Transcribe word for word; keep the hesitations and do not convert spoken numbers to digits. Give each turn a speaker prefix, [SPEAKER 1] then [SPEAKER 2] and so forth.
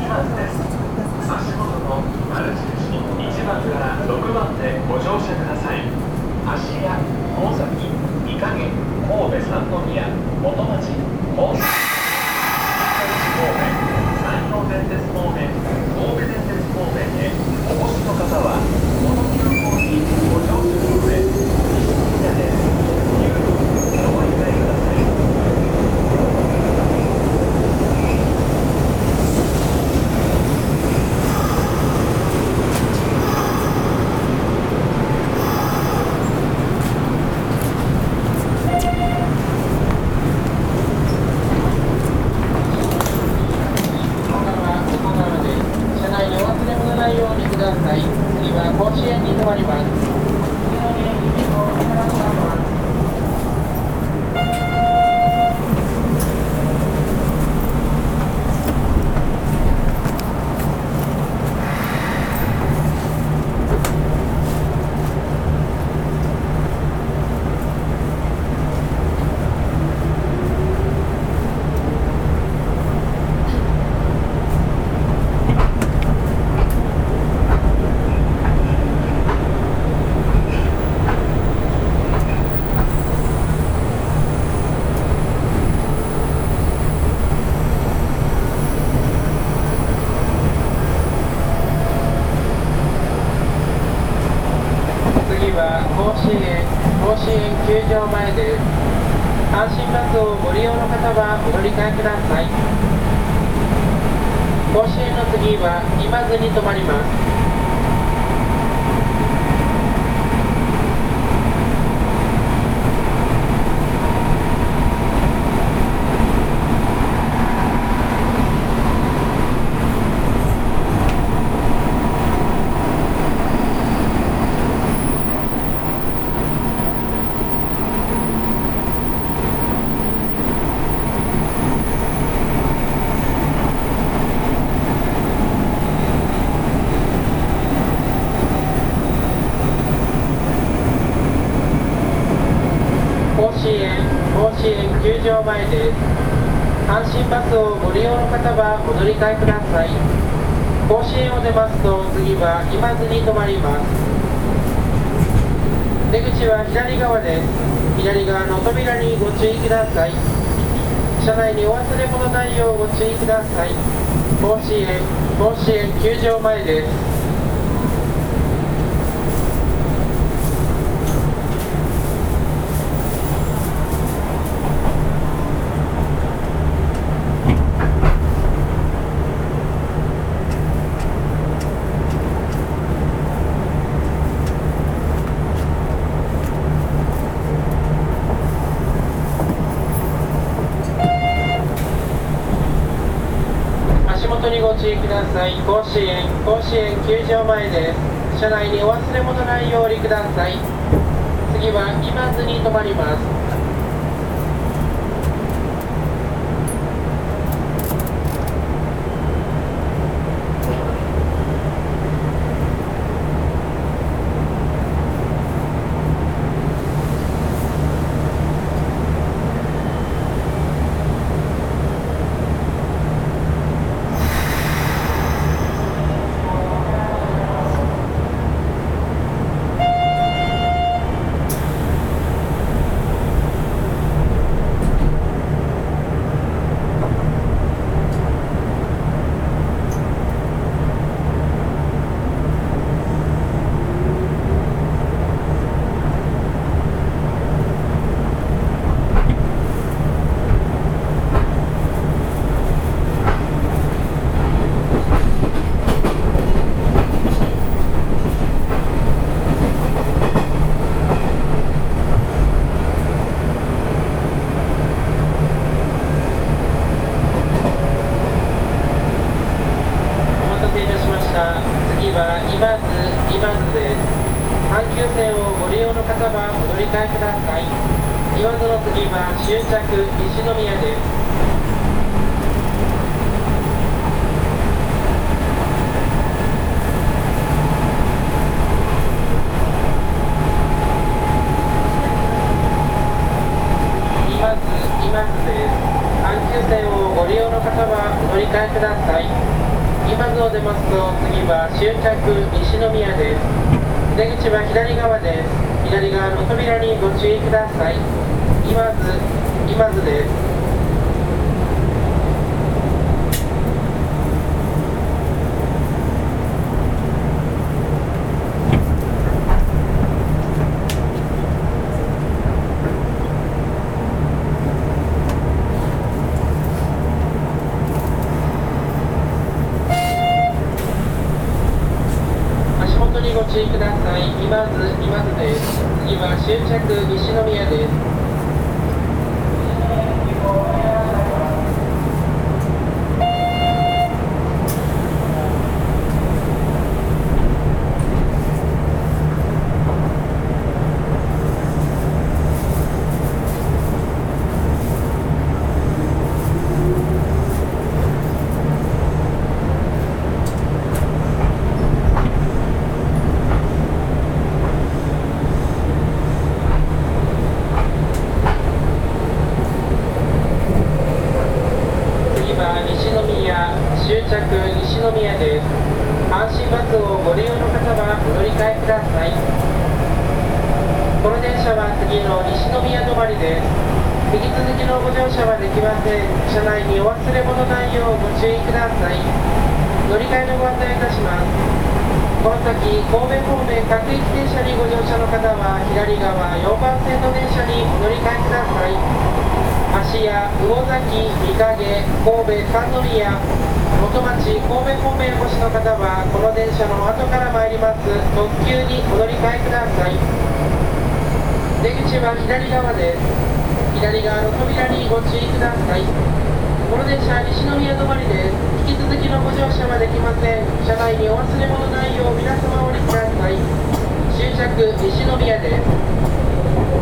[SPEAKER 1] ばんです。足元の丸印いちばんからろくばんでご乗車ください。芦屋、大崎、御影、神戸三宮、元町、本線、神戸、山陽電鉄方面、神戸電鉄方面へお越しの方は、この急行にご乗車の上、西宮です。入路、お理解ください。
[SPEAKER 2] 球場前です。阪神バスをご利用の方はお乗り換えください。甲子園の次は今津に停まります。球場前です。阪神バスをご利用の方はお乗り換えください。甲子園を出ますと次は今津に停まります。出口は左側です。左側の扉にご注意ください。車内にお忘れ物ないようご注意ください。甲子園、甲子園球場前です。ご注意ください。甲子園、甲子園球場前です。車内にお忘れ物ないようお降りください。次は今津に停まります。阪急線をご利用の方はお乗り換えください。岩津の次は終着西宮です。今津、今津です。阪急線をご利用の方はお乗り換えください。 今津を出ますと次は終着西宮です。出口は左側です。左側の扉にご注意ください。今津、今津です。ご注意ください。今津、今津です。次は終着西宮です。終着西宮です。阪神バスをご利用の方はお乗り換えください。この電車は次の西宮止まりです。引き続きのご乗車はできません。車内にお忘れ物ないようご注意ください。乗り換えのご案内いたします。この先神戸方面各駅停車にご乗車の方は左側よんばん線の電車にお乗り換えください。芦屋、魚崎、御影、神戸、三宮、元町、神戸方面お越しの方はこの電車の後から参ります特急にお乗り換えください。出口は左側です。左側の扉にご注意ください。この電車西宮止まりです。引き続きのご乗車はできません。車内にお忘れ物ないよう皆様お降りください。終着西宮です。